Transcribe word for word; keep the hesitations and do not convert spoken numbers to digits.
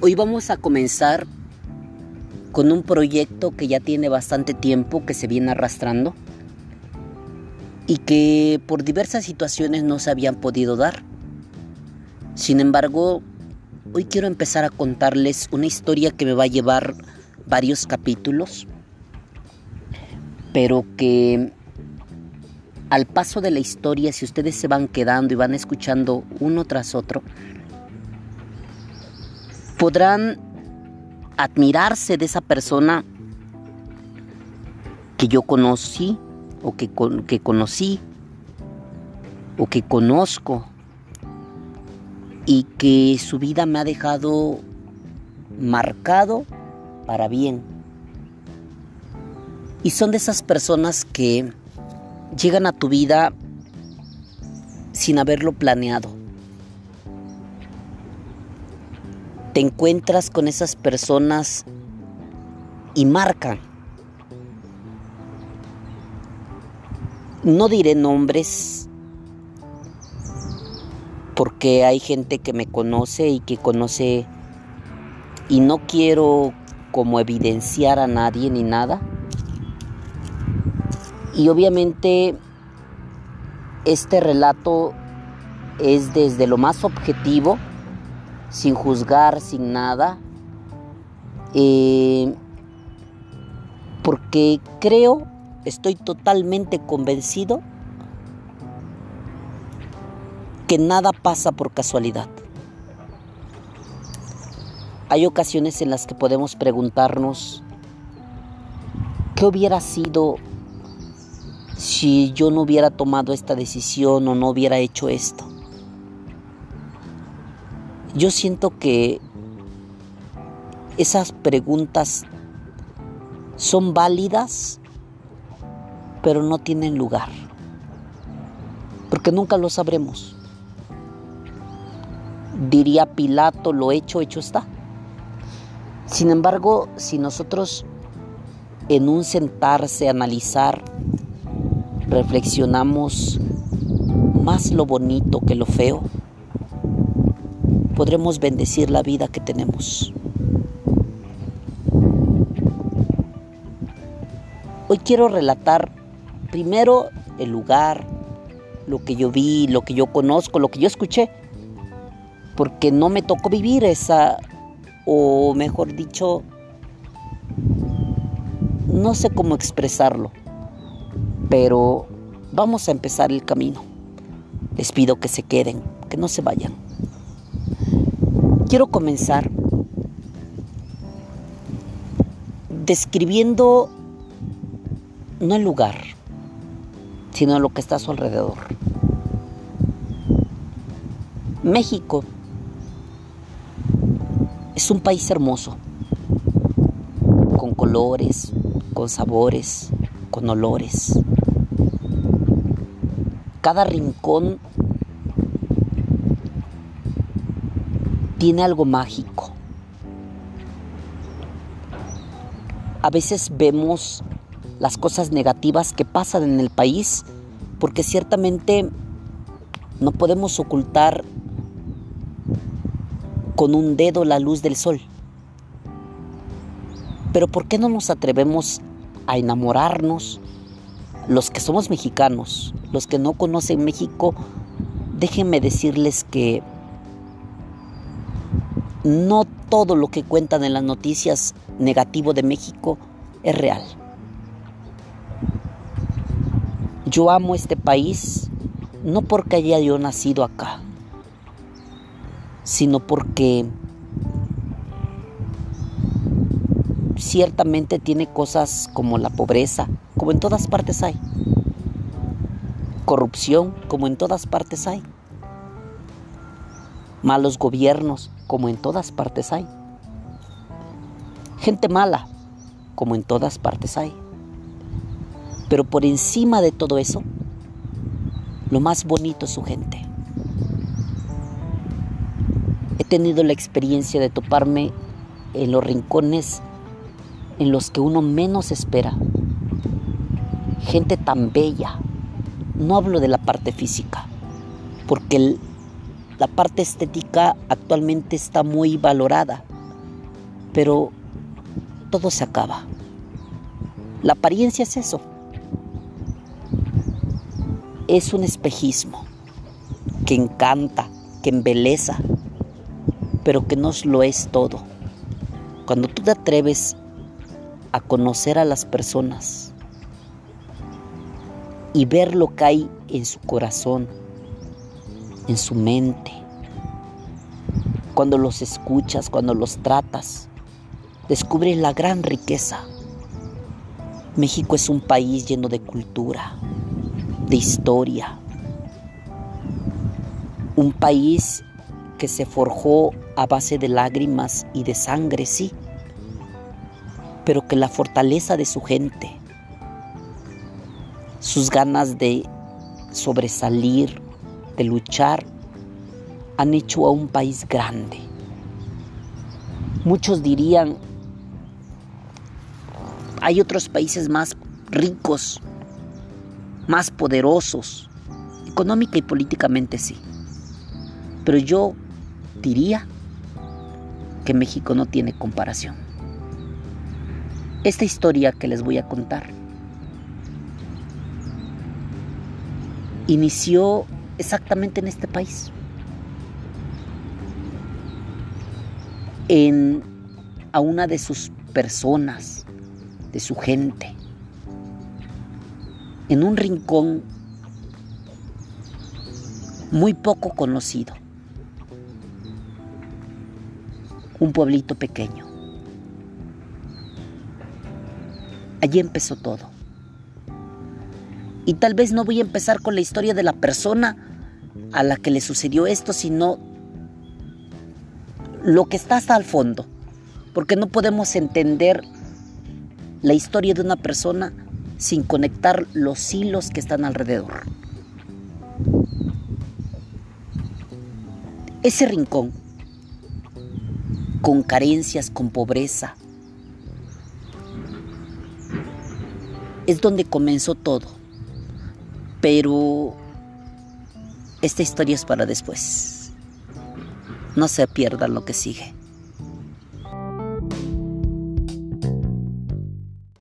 Hoy vamos a comenzar con un proyecto que ya tiene bastante tiempo, que se viene arrastrando y que por diversas situaciones no se habían podido dar. Sin embargo, hoy quiero empezar a contarles una historia que me va a llevar varios capítulos, pero que al paso de la historia, si ustedes se van quedando y van escuchando uno tras otro, podrán admirarse de esa persona que yo conocí o que, con, que conocí o que conozco y que su vida me ha dejado marcado para bien. Y son de esas personas que llegan a tu vida sin haberlo planeado. Te encuentras con esas personas y marcan. No diré nombres porque hay gente que me conoce y que conoce y no quiero como evidenciar a nadie ni nada. Y obviamente este relato es desde lo más objetivo, sin juzgar, sin nada, eh, porque creo, estoy totalmente convencido que nada pasa por casualidad. Hay ocasiones en las que podemos preguntarnos, ¿qué hubiera sido si yo no hubiera tomado esta decisión o no hubiera hecho esto? Yo siento que esas preguntas son válidas, pero no tienen lugar, porque nunca lo sabremos. Diría Pilato, lo hecho, hecho está. Sin embargo, si nosotros en un sentarse, analizar, reflexionamos más lo bonito que lo feo, podremos bendecir la vida que tenemos. Hoy quiero relatar primero el lugar, lo que yo vi, lo que yo conozco, lo que yo escuché, porque no me tocó vivir esa, o mejor dicho, no sé cómo expresarlo, pero vamos a empezar el camino. Les pido que se queden, que no se vayan. Quiero comenzar describiendo no el lugar, sino lo que está a su alrededor. México es un país hermoso, con colores, con sabores, con olores. Cada rincón tiene algo mágico. A veces vemos las cosas negativas que pasan en el país porque ciertamente no podemos ocultar con un dedo la luz del sol. Pero ¿por qué no nos atrevemos a enamorarnos? Los que somos mexicanos, los que no conocen México, déjenme decirles que no todo lo que cuentan en las noticias negativo de México es real. Yo amo este país, no porque haya yo nacido acá, sino porque ciertamente tiene cosas como la pobreza, como en todas partes hay. Corrupción, como en todas partes hay. Malos gobiernos, como en todas partes hay. Gente mala, como en todas partes hay. Pero por encima de todo eso, lo más bonito es su gente. He tenido la experiencia de toparme en los rincones en los que uno menos espera. Gente tan bella. No hablo de la parte física, porque el, la parte estética actualmente está muy valorada, pero todo se acaba. La apariencia es eso. Es un espejismo que encanta, que embeleza, pero que no lo es todo. Cuando tú te atreves a conocer a las personas y ver lo que hay en su corazón, en su mente, cuando los escuchas, cuando los tratas, descubres la gran riqueza. México es un país lleno de cultura, de historia, un país que se forjó a base de lágrimas y de sangre, sí, pero que la fortaleza de su gente, sus ganas de sobresalir, de luchar, han hecho a un país grande. Muchos dirían, hay otros países más ricos, más poderosos, económica y políticamente sí. Pero yo diría que México no tiene comparación. Esta historia que les voy a contar inició exactamente en este país, en a una de sus personas, de su gente, en un rincón muy poco conocido, un pueblito pequeño. Allí empezó todo. Y tal vez no voy a empezar con la historia de la persona a la que le sucedió esto, sino lo que está hasta el fondo, porque no podemos entender la historia de una persona sin conectar los hilos que están alrededor. Ese rincón, con carencias, con pobreza, es donde comenzó todo. Pero esta historia es para después. No se pierdan lo que sigue.